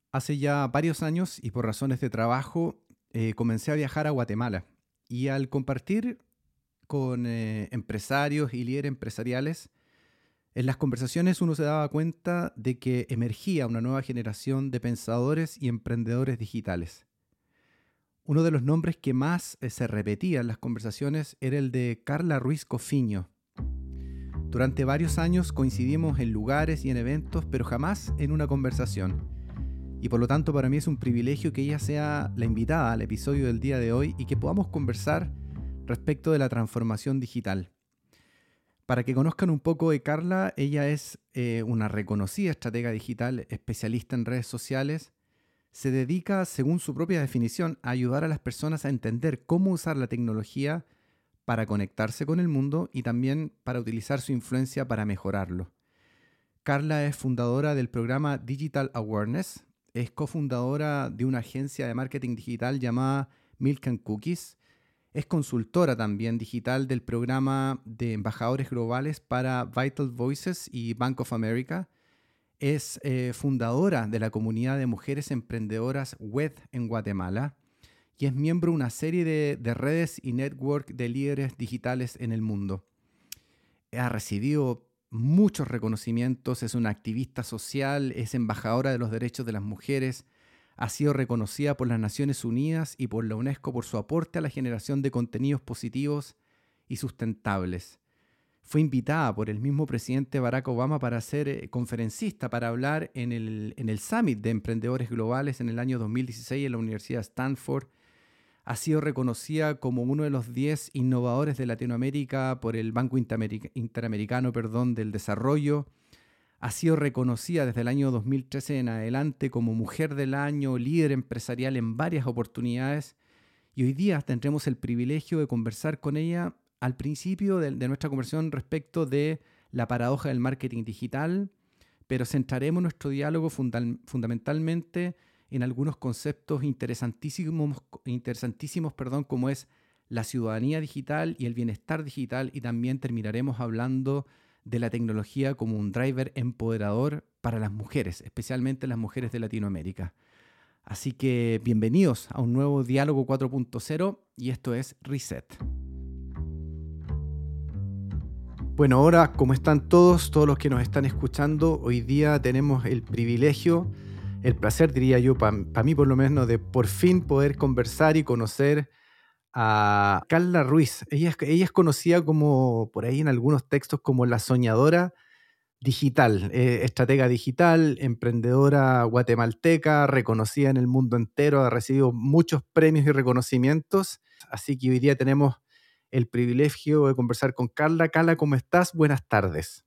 Hace ya varios años y por razones de trabajo comencé a viajar a Guatemala y al compartir con empresarios y líderes empresariales, en las conversaciones uno se daba cuenta de que emergía una nueva generación de pensadores y emprendedores digitales. Uno de los nombres que más se repetía en las conversaciones era el de Carla Ruiz Cofiño. Durante varios años coincidimos en lugares y en eventos, pero jamás en una conversación. Y por lo tanto para mí es un privilegio que ella sea la invitada al episodio del día de hoy y que podamos conversar respecto de la transformación digital. Para que conozcan un poco de Carla, ella es una reconocida estratega digital, especialista en redes sociales. Se dedica, según su propia definición, a ayudar a las personas a entender cómo usar la tecnología para conectarse con el mundo y también para utilizar su influencia para mejorarlo. Carla es fundadora del programa Digital Awareness, es cofundadora de una agencia de marketing digital llamada Milk and Cookies, es consultora también digital del programa de embajadores globales para Vital Voices y Bank of America, es fundadora de la comunidad de mujeres emprendedoras WED en Guatemala y es miembro de una serie de redes y network de líderes digitales en el mundo. Ha recibido muchos reconocimientos, es una activista social, es embajadora de los derechos de las mujeres, ha sido reconocida por las Naciones Unidas y por la UNESCO por su aporte a la generación de contenidos positivos y sustentables. Fue invitada por el mismo presidente Barack Obama para ser conferencista, para hablar en el Summit de Emprendedores Globales en el año 2016 en la Universidad de Stanford. Ha sido reconocida como uno de los 10 innovadores de Latinoamérica por el Banco Interamericano del Desarrollo. Ha sido reconocida desde el año 2013 en adelante como Mujer del Año, líder empresarial en varias oportunidades. Y hoy día tendremos el privilegio de conversar con ella al principio de nuestra conversación respecto de la paradoja del marketing digital, pero centraremos nuestro diálogo fundamentalmente en algunos conceptos interesantísimos, como es la ciudadanía digital y el bienestar digital, y también terminaremos hablando de la tecnología como un driver empoderador para las mujeres, especialmente las mujeres de Latinoamérica. Así que bienvenidos a un nuevo Diálogo 4.0 y esto es Reset. Bueno, ahora, ¿cómo están todos los que nos están escuchando? Hoy día tenemos el privilegio, el placer, diría yo, para mí por lo menos, de por fin poder conversar y conocer a Carla Ruiz. Ella es conocida como, por ahí en algunos textos, como la soñadora digital, estratega digital, emprendedora guatemalteca, reconocida en el mundo entero, ha recibido muchos premios y reconocimientos. Así que hoy día tenemos el privilegio de conversar con Carla. Carla, ¿cómo estás? Buenas tardes.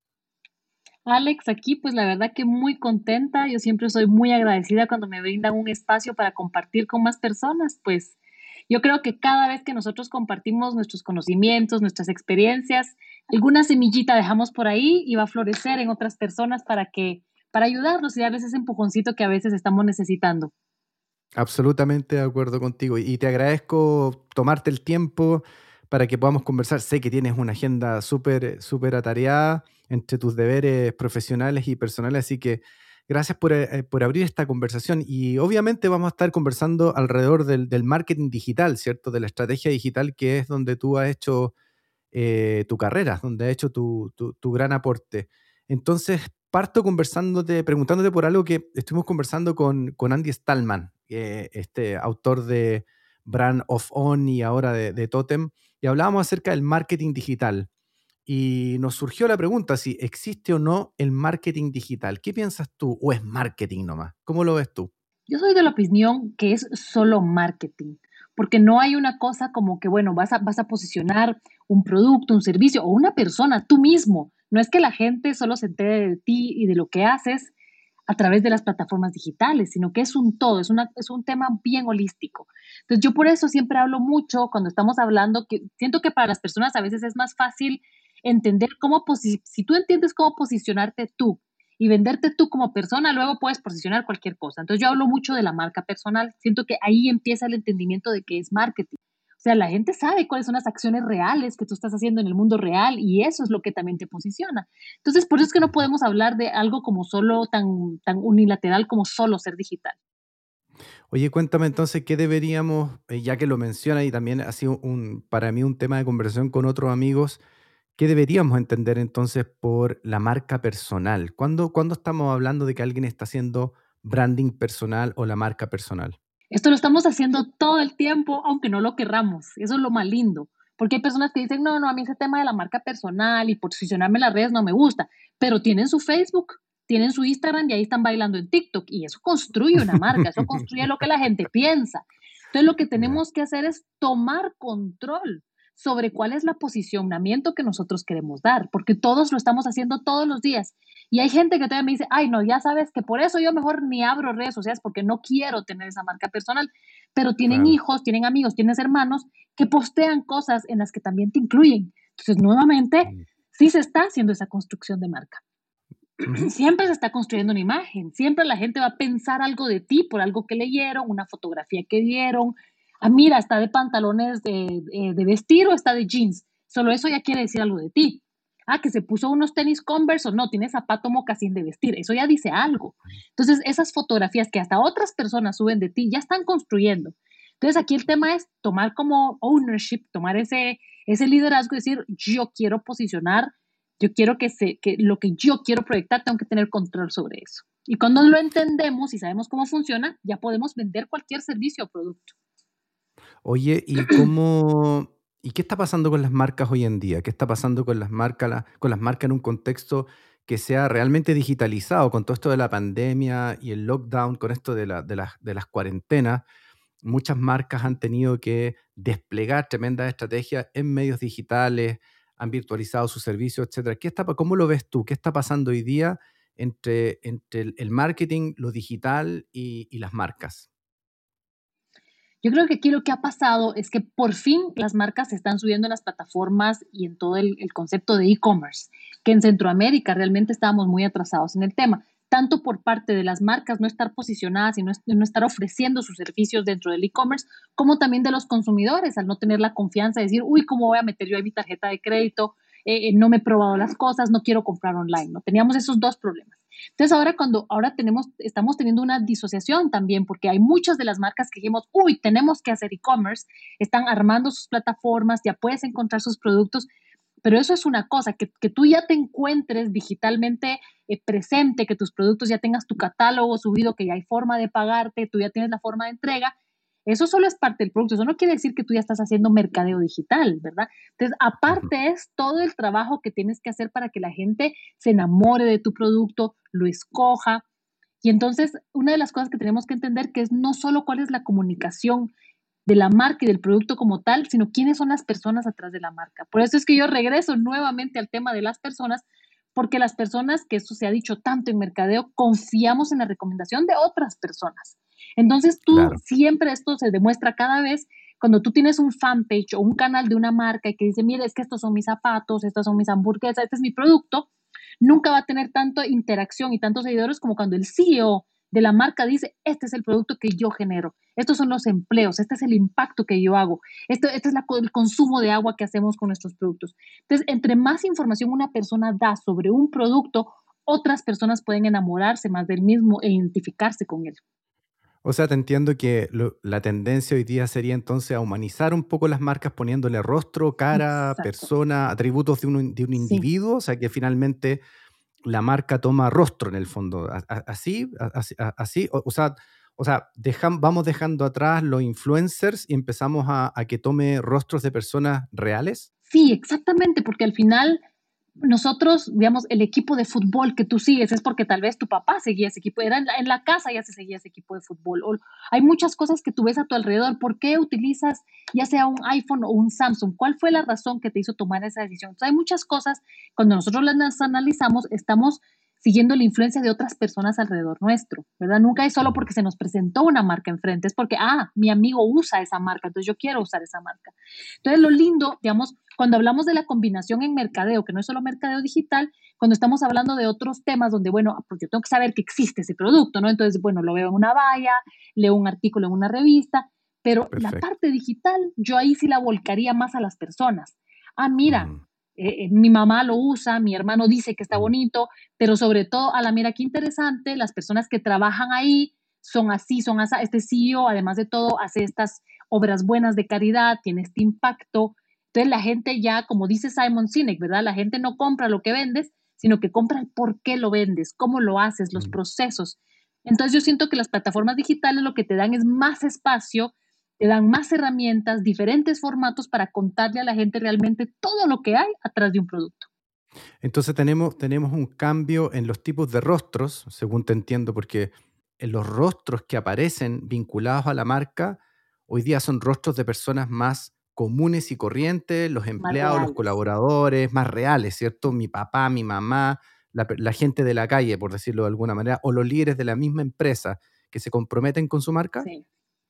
Alex, aquí pues la verdad que muy contenta. Yo siempre soy muy agradecida cuando me brindan un espacio para compartir con más personas. Pues yo creo que cada vez que nosotros compartimos nuestros conocimientos, nuestras experiencias, alguna semillita dejamos por ahí y va a florecer en otras personas para ayudarnos y darles ese empujoncito que a veces estamos necesitando. Absolutamente de acuerdo contigo y te agradezco tomarte el tiempo para que podamos conversar. Sé que tienes una agenda súper atareada entre tus deberes profesionales y personales, así que gracias por abrir esta conversación. Y obviamente vamos a estar conversando alrededor del marketing digital, ¿cierto? De la estrategia digital, que es donde tú has hecho tu carrera, donde has hecho tu gran aporte. Entonces, parto preguntándote por algo que estuvimos conversando con Andy Stallman, este autor de Brand of On y ahora de Totem, y hablábamos acerca del marketing digital. Y nos surgió la pregunta si existe o no el marketing digital. ¿Qué piensas tú? ¿O es marketing nomás? ¿Cómo lo ves tú? Yo soy de la opinión que es solo marketing, porque no hay una cosa como que, bueno, vas a posicionar un producto, un servicio o una persona, tú mismo. No es que la gente solo se entere de ti y de lo que haces a través de las plataformas digitales, sino que es un todo, es un tema bien holístico. Entonces yo por eso siempre hablo mucho cuando estamos hablando, que siento que para las personas a veces es más fácil entender si tú entiendes cómo posicionarte tú y venderte tú como persona, luego puedes posicionar cualquier cosa. Entonces yo hablo mucho de la marca personal. Siento que ahí empieza el entendimiento de qué es marketing. O sea, la gente sabe cuáles son las acciones reales que tú estás haciendo en el mundo real y eso es lo que también te posiciona. Entonces, por eso es que no podemos hablar de algo como solo tan unilateral como solo ser digital. Oye, cuéntame entonces qué deberíamos, ya que lo menciona y también ha sido para mí un tema de conversación con otros amigos, ¿qué deberíamos entender entonces por la marca personal? ¿Cuándo estamos hablando de que alguien está haciendo branding personal o la marca personal? Esto lo estamos haciendo todo el tiempo, aunque no lo querramos. Eso es lo más lindo. Porque hay personas que dicen, no, no, a mí ese tema de la marca personal y posicionarme en las redes no me gusta, pero tienen su Facebook, tienen su Instagram y ahí están bailando en TikTok y eso construye una marca, eso construye lo que la gente piensa. Entonces lo que Ya, tenemos que hacer es tomar control sobre cuál es la posicionamiento que nosotros queremos dar, porque todos lo estamos haciendo todos los días. Y hay gente que todavía me dice, ay, no, ya sabes que por eso yo mejor ni abro redes sociales porque no quiero tener esa marca personal. Pero tienen claro. hijos, tienen amigos, tienen hermanos que postean cosas en las que también te incluyen. Entonces, nuevamente, Mm, sí se está haciendo esa construcción de marca. ujú. Siempre se está construyendo una imagen, siempre la gente va a pensar algo de ti por algo que leyeron, una fotografía que vieron. Ah, mira, está de pantalones de vestir o está de jeans. Solo eso ya quiere decir algo de ti. Ah, que se puso unos tenis Converse o no, tiene zapato mocasín de vestir. Eso ya dice algo. Entonces, esas fotografías que hasta otras personas suben de ti ya están construyendo. Entonces, aquí el tema es tomar como ownership, tomar ese liderazgo y decir, yo quiero posicionar, yo quiero que lo que yo quiero proyectar, tengo que tener control sobre eso. Y cuando lo entendemos y sabemos cómo funciona, ya podemos vender cualquier servicio o producto. Oye, ¿y qué está pasando con las marcas hoy en día? ¿Qué está pasando con las marcas, con las marcas en un contexto que sea realmente digitalizado, con todo esto de la pandemia y el lockdown, con esto de las cuarentenas? Muchas marcas han tenido que desplegar tremendas estrategias en medios digitales, han virtualizado sus servicios, etcétera. ¿Cómo lo ves tú? ¿Qué está pasando hoy día entre el marketing, lo digital y las marcas? Yo creo que aquí lo que ha pasado es que por fin las marcas se están subiendo en las plataformas y en todo el concepto de e-commerce, que en Centroamérica realmente estábamos muy atrasados en el tema, tanto por parte de las marcas no estar posicionadas y no estar ofreciendo sus servicios dentro del e-commerce, como también de los consumidores, al no tener la confianza de decir, uy, ¿cómo voy a meter yo ahí mi tarjeta de crédito? No me he probado las cosas, no quiero comprar online, ¿no? Teníamos esos dos problemas. Entonces ahora estamos teniendo una disociación también, porque hay muchas de las marcas que dijimos, uy, tenemos que hacer e-commerce, están armando sus plataformas, ya puedes encontrar sus productos, pero eso es una cosa, que tú ya te encuentres digitalmente presente, que tus productos ya tengas tu catálogo subido, que ya hay forma de pagarte, tú ya tienes la forma de entrega. Eso solo es parte del producto, eso no quiere decir que tú ya estás haciendo mercadeo digital, ¿verdad? Entonces, Ujú. aparte es todo el trabajo que tienes que hacer para que la gente se enamore de tu producto, lo escoja. Y entonces, una de las cosas que tenemos que entender que es no solo cuál es la comunicación de la marca y del producto como tal, sino quiénes son las personas atrás de la marca. Por eso es que yo regreso nuevamente al tema de las personas, porque las personas, que esto se ha dicho tanto en mercadeo, confiamos en la recomendación de otras personas. Entonces tú Claro. siempre, esto se demuestra cada vez cuando tú tienes un fanpage o un canal de una marca y que dice, mira, es que estos son mis zapatos, estas son mis hamburguesas, este es mi producto, nunca va a tener tanta interacción y tantos seguidores como cuando el CEO de la marca dice, este es el producto que yo genero, estos son los empleos, este es el impacto que yo hago, este es el consumo de agua que hacemos con nuestros productos. Entonces, entre más información una persona da sobre un producto, otras personas pueden enamorarse más del mismo e identificarse con él. O sea, te entiendo que la tendencia hoy día sería entonces a humanizar un poco las marcas poniéndole rostro, cara, Exacto. persona, atributos de un Sí. individuo, o sea, que finalmente la marca toma rostro en el fondo. Así, así, o sea, vamos dejando atrás los influencers y empezamos a que tome rostros de personas reales. Sí, exactamente, porque al final nosotros, digamos, el equipo de fútbol que tú sigues es porque tal vez tu papá seguía ese equipo, era en la casa ya se seguía ese equipo de fútbol. O hay muchas cosas que tú ves a tu alrededor. ¿Por qué utilizas ya sea un iPhone o un Samsung? ¿Cuál fue la razón que te hizo tomar esa decisión? Entonces, hay muchas cosas, cuando nosotros las analizamos, estamos siguiendo la influencia de otras personas alrededor nuestro, ¿verdad? Nunca es solo Mm. porque se nos presentó una marca enfrente, es porque, mi amigo usa esa marca, entonces yo quiero usar esa marca. Entonces, lo lindo, digamos, cuando hablamos de la combinación en mercadeo, que no es solo mercadeo digital, cuando estamos hablando de otros temas donde, bueno, pues yo tengo que saber que existe ese producto, ¿no? Entonces, bueno, lo veo en una valla, leo un artículo en una revista, Pero la Perfecto. parte digital, yo ahí sí la volcaría más a las personas. Ah, mira, Mm, mi mamá lo usa, mi hermano dice que está mm, bonito, pero sobre todo, a la mira qué interesante, las personas que trabajan ahí son así, son así. Este CEO, además de todo, hace estas obras buenas de caridad, tiene este impacto. Entonces la gente ya, como dice Simon Sinek, ¿verdad? La gente no compra lo que vendes, sino que compra el por qué lo vendes, cómo lo haces, los mm. procesos. Entonces yo siento que las plataformas digitales lo que te dan es más espacio, te dan más herramientas, diferentes formatos para contarle a la gente realmente todo lo que hay atrás de un producto. Entonces tenemos un cambio en los tipos de rostros, según te entiendo, porque en los rostros que aparecen vinculados a la marca, hoy día son rostros de personas más comunes y corrientes, los Más empleados, los reales. colaboradores, más reales, ¿cierto? Mi papá, mi mamá, la gente de la calle, por decirlo de alguna manera, o los líderes de la misma empresa que se comprometen con su marca. Sí.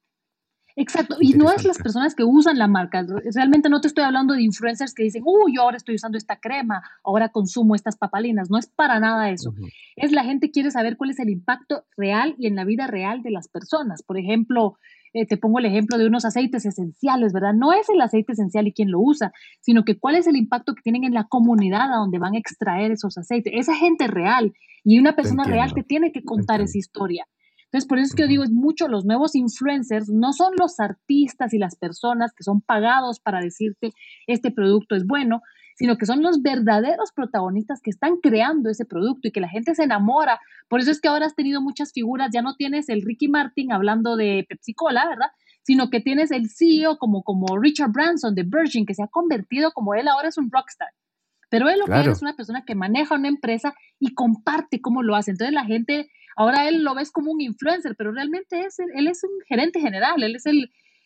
Exacto, Qué y no es las interesante. personas que usan la marca, realmente no te estoy hablando de influencers que dicen, yo ahora estoy usando esta crema, ahora consumo estas papalinas, no es para nada eso. Ujú, Es la gente quiere saber cuál es el impacto real y en la vida real de las personas. Por ejemplo, te pongo el ejemplo de unos aceites esenciales, ¿verdad? No es el aceite esencial y quién lo usa, sino que cuál es el impacto que tienen en la comunidad a donde van a extraer esos aceites. Esa gente real y una te persona real entiendo, te tiene que te contar esa entiendo. historia. Entonces, por eso es que yo Ujú. digo, es mucho los nuevos influencers, no son los artistas y las personas que son pagados para decirte este producto es bueno, sino que son los verdaderos protagonistas que están creando ese producto y que la gente se enamora. Por eso es que ahora has tenido muchas figuras, ya no tienes el Ricky Martin hablando de Pepsi Cola, ¿verdad? Sino que tienes el CEO como Richard Branson de Virgin, que se ha convertido como él ahora es un rockstar. Pero él lo que Claro, es una persona que maneja una empresa y comparte cómo lo hace. Entonces la gente, ahora él lo ves como un influencer, pero realmente él es un gerente general, él es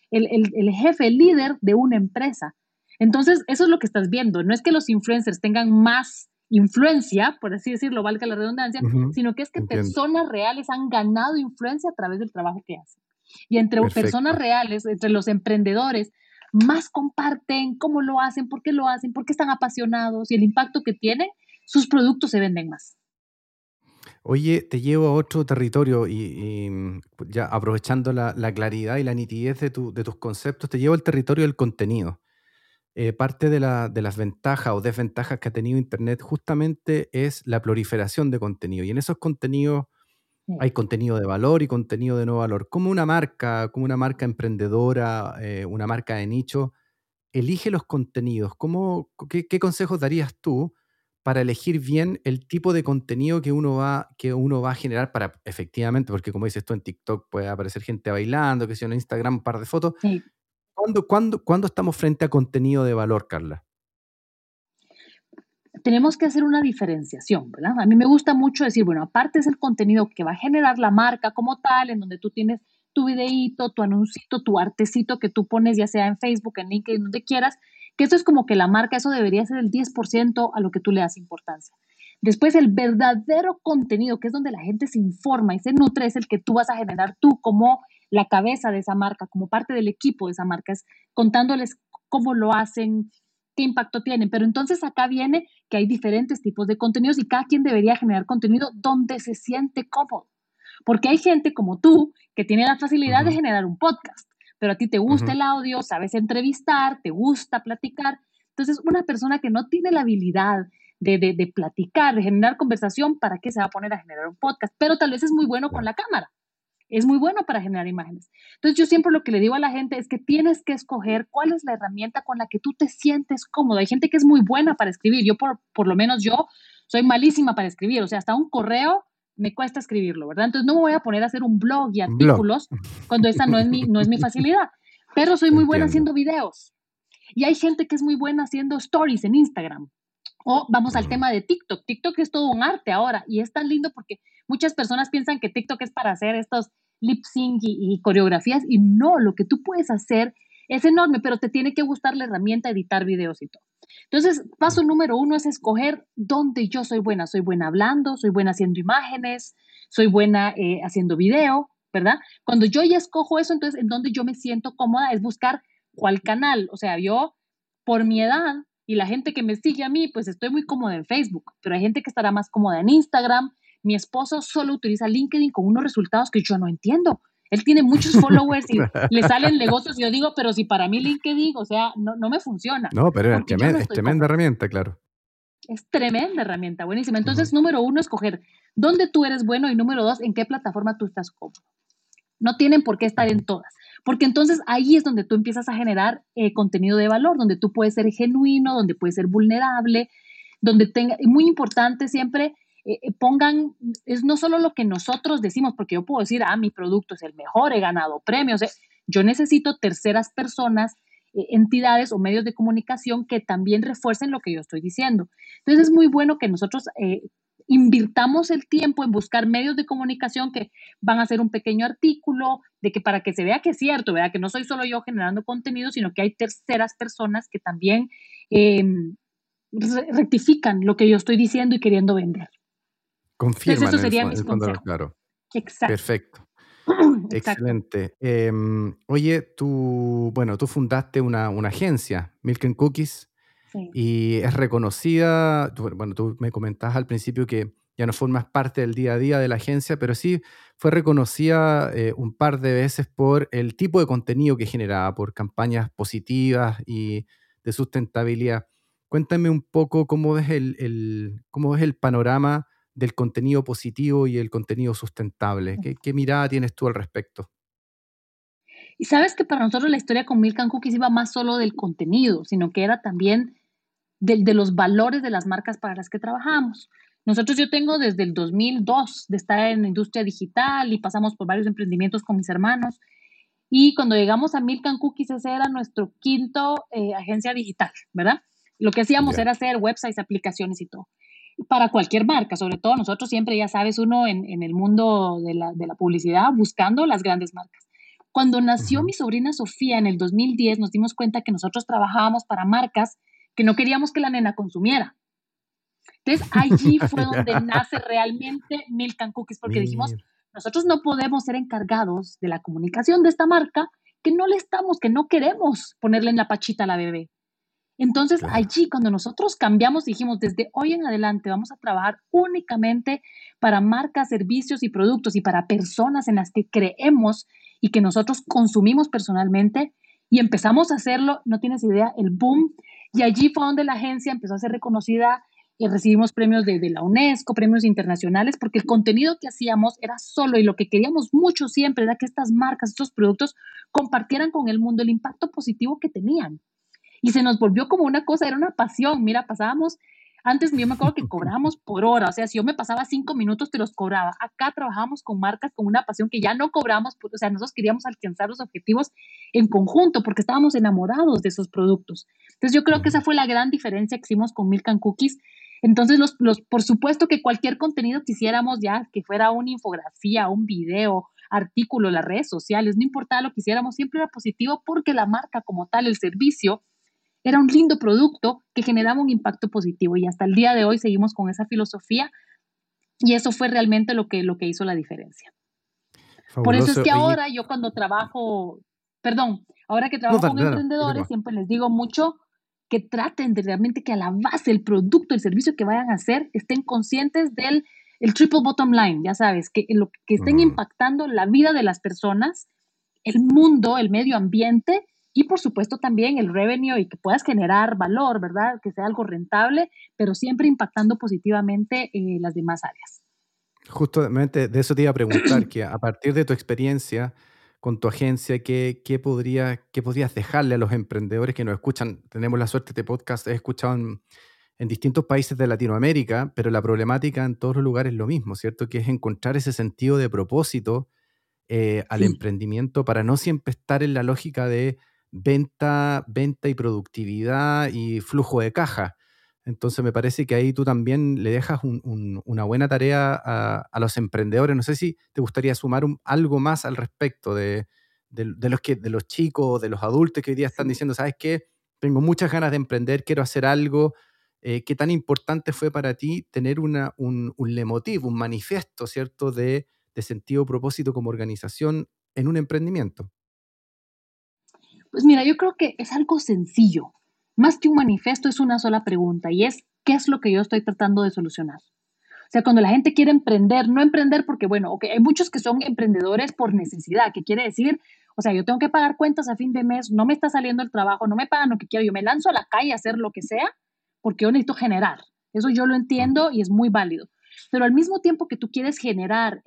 el jefe, el líder de una empresa. Entonces, eso es lo que estás viendo. No es que los influencers tengan más influencia, por así decirlo, valga la redundancia, ujú, sino que es que entiendo. personas reales han ganado influencia a través del trabajo que hacen. Y entre personas Perfecto. reales, entre los emprendedores, más comparten cómo lo hacen, por qué están apasionados y el impacto que tienen, sus productos se venden más. Oye, te llevo a otro territorio pues ya aprovechando la claridad y la nitidez de tus conceptos, te llevo al territorio del contenido. Parte de las ventajas o desventajas que ha tenido Internet justamente es la proliferación de contenido. Y en esos contenidos Sí. hay contenido de valor y contenido de no valor. Como una marca emprendedora, una marca de nicho, elige los contenidos. ¿Qué consejos darías tú para elegir bien el tipo de contenido que uno va a generar para efectivamente, porque como dices tú en TikTok puede aparecer gente bailando, que si en Instagram un par de fotos. Sí. ¿Cuándo estamos frente a contenido de valor, Carla? Tenemos que hacer una diferenciación, ¿verdad? A mí me gusta mucho decir, bueno, aparte es el contenido que va a generar la marca como tal, en donde tú tienes tu videíto, tu anuncito, tu artecito que tú pones ya sea en Facebook, en LinkedIn, donde quieras, que eso es como que la marca, eso debería ser el 10% a lo que tú le das importancia. Después, el verdadero contenido, que es donde la gente se informa y se nutre, es el que tú vas a generar tú como la cabeza de esa marca, como parte del equipo de esa marca, es contándoles cómo lo hacen, qué impacto tienen. Pero entonces acá viene que hay diferentes tipos de contenidos y cada quien debería generar contenido donde se siente cómodo. Porque hay gente como tú que tiene la facilidad de Ujú, generar un podcast, pero a ti te gusta ujú, el audio, sabes entrevistar, te gusta platicar. Entonces, una persona que no tiene la habilidad de platicar, de generar conversación, ¿para qué se va a poner a generar un podcast? Pero tal vez es muy bueno con claro. la cámara, es muy bueno para generar imágenes. Entonces yo siempre lo que le digo a la gente es que tienes que escoger cuál es la herramienta con la que tú te sientes cómodo. Hay gente que es muy buena para escribir. Por lo menos yo soy malísima para escribir. O sea, hasta un correo me cuesta escribirlo, ¿verdad? Entonces no me voy a poner a hacer un blog y Un blog. artículos cuando esa no es mi facilidad. Pero soy Te muy buena entiendo. haciendo videos. Y hay gente que es muy buena haciendo stories en Instagram. O vamos al Mm, tema de TikTok. TikTok es todo un arte ahora y es tan lindo porque muchas personas piensan que TikTok es para hacer estos lip sync y coreografías y no, lo que tú puedes hacer es enorme, pero te tiene que gustar la herramienta editar videos y todo. Entonces, mm, paso número uno es escoger dónde yo soy buena. Soy buena hablando, soy buena haciendo imágenes, soy buena haciendo video, ¿verdad? Cuando yo ya escojo eso, entonces en donde yo me siento cómoda es buscar cuál canal. O sea, yo por mi edad y la gente que me sigue a mí, pues estoy muy cómoda en Facebook, pero hay gente que estará más cómoda en Instagram. Mi esposo solo utiliza LinkedIn con unos resultados que yo no entiendo. Él tiene muchos followers y le salen negocios y yo digo, pero si para mí LinkedIn, o sea, no me funciona, No, pero porque yo no es estoy tremenda cobrando. herramienta, claro. Es tremenda herramienta, buenísima. Ujú. Entonces, número uno, escoger dónde tú eres bueno y número dos, en qué plataforma tú estás cómodo. No tienen por qué estar Ujú. en todas, porque entonces ahí es donde tú empiezas a generar contenido de valor, donde tú puedes ser genuino, donde puedes ser vulnerable, donde tenga, es muy importante siempre pongan, es no solo lo que nosotros decimos, porque yo puedo decir, mi producto es el mejor, he ganado premios, yo necesito terceras personas, entidades o medios de comunicación que también refuercen lo que yo estoy diciendo. Entonces es muy bueno que nosotros invirtamos el tiempo en buscar medios de comunicación que van a hacer un pequeño artículo, de que para que se vea que es cierto, ¿verdad? Que no soy solo yo generando contenido, sino que hay terceras personas que también eh, rectifican lo que yo estoy diciendo y queriendo vender. Entonces, Confirman esos serían mis el fondo, consejos. claro. Exacto, Perfecto. exacto. Excelente. Oye, tú fundaste una agencia, Milk and Cookies, Sí. y es reconocida. Bueno, tú me comentabas al principio que ya no formas parte del día a día de la agencia, pero sí fue reconocida un par de veces por el tipo de contenido que generaba, por campañas positivas y de sustentabilidad. Cuéntame un poco cómo ves cómo ves el panorama del contenido positivo y el contenido sustentable. ¿Qué mirada tienes tú al respecto? Y sabes que para nosotros la historia con Milk and Cookies iba más solo del contenido, sino que era también de los valores de las marcas para las que trabajamos. Nosotros yo tengo desde el 2002 de estar en la industria digital y pasamos por varios emprendimientos con mis hermanos. Y cuando llegamos a Milk and Cookies, ese era nuestro quinto agencia digital, ¿verdad? Lo que hacíamos Ya. era hacer websites, aplicaciones y todo. Para cualquier marca, sobre todo nosotros siempre, ya sabes, uno en el mundo de la publicidad buscando las grandes marcas. Cuando nació Ujú. mi sobrina Sofía en el 2010, nos dimos cuenta que nosotros trabajábamos para marcas que no queríamos que la nena consumiera. Entonces, allí fue donde Ya. nace realmente Milk and Cookies, porque dijimos, Mira, nosotros no podemos ser encargados de la comunicación de esta marca que no le estamos, que no queremos ponerle en la pachita a la bebé. Entonces, claro. allí cuando nosotros cambiamos, dijimos, desde hoy en adelante vamos a trabajar únicamente para marcas, servicios y productos y para personas en las que creemos y que nosotros consumimos personalmente. Y empezamos a hacerlo, no tienes idea, el boom. Y allí fue donde la agencia empezó a ser reconocida. Recibimos premios de la UNESCO, premios internacionales, porque el contenido que hacíamos era solo y lo que queríamos mucho siempre era que estas marcas, estos productos compartieran con el mundo el impacto positivo que tenían. Y se nos volvió como una cosa, era una pasión. Mira, pasábamos, antes yo me acuerdo que cobrábamos por hora, o sea, si yo me pasaba 5 minutos, te los cobraba. Acá trabajábamos con marcas con una pasión que ya no cobramos, o sea, nosotros queríamos alcanzar los objetivos en conjunto porque estábamos enamorados de esos productos. Entonces yo creo que esa Ujú. fue la gran diferencia que hicimos con Milk and Cookies. Entonces, por supuesto que cualquier contenido que hiciéramos ya, que fuera una infografía, un video, artículo, las redes sociales, no importaba lo que hiciéramos, siempre era positivo porque la marca como tal, el servicio, era un lindo producto que generaba un impacto positivo y hasta el día de hoy seguimos con esa filosofía y eso fue realmente lo que hizo la diferencia. Por eso es Fabuloso. que Oye, ahora yo cuando trabajo, perdón, ahora que no, trabajo dale, con dale, dale emprendedores, nomás. siempre les digo mucho que traten de realmente que a la base el producto, el servicio que vayan a hacer, estén conscientes del el triple bottom line, ya sabes, que, lo, que estén Mm. impactando la vida de las personas, el mundo, el medio ambiente y por supuesto también el revenue y que puedas generar valor, ¿verdad? Que sea algo rentable, pero siempre impactando positivamente las demás áreas. Justamente de eso te iba a preguntar, que a partir de tu experiencia con tu agencia, qué podrías dejarle a los emprendedores que nos escuchan? Tenemos la suerte, este podcast es escuchado en distintos países de Latinoamérica, pero la problemática en todos los lugares es lo mismo, ¿cierto? Que es encontrar ese sentido de propósito al Sí. emprendimiento para no siempre estar en la lógica de venta y productividad y flujo de caja. Entonces me parece que ahí tú también le dejas una buena tarea a los emprendedores. No sé si te gustaría sumar algo más al respecto de los chicos, de los adultos que hoy día están Sí. diciendo, ¿sabes qué? Tengo muchas ganas de emprender, quiero hacer algo. ¿Qué tan importante fue para ti tener un leitmotiv, un manifiesto, ¿cierto? De sentido, propósito como organización en un emprendimiento. Pues mira, yo creo que es algo sencillo. Más que un manifiesto es una sola pregunta y es, ¿qué es lo que yo estoy tratando de solucionar? O sea, cuando la gente quiere emprender, no emprender porque, bueno, okay, hay muchos que son emprendedores por necesidad, que quiere decir, o sea, yo tengo que pagar cuentas a fin de mes, no me está saliendo el trabajo, no me pagan lo que quiero, yo me lanzo a la calle a hacer lo que sea porque yo necesito generar. Eso yo lo entiendo y es muy válido. Pero al mismo tiempo que tú quieres generar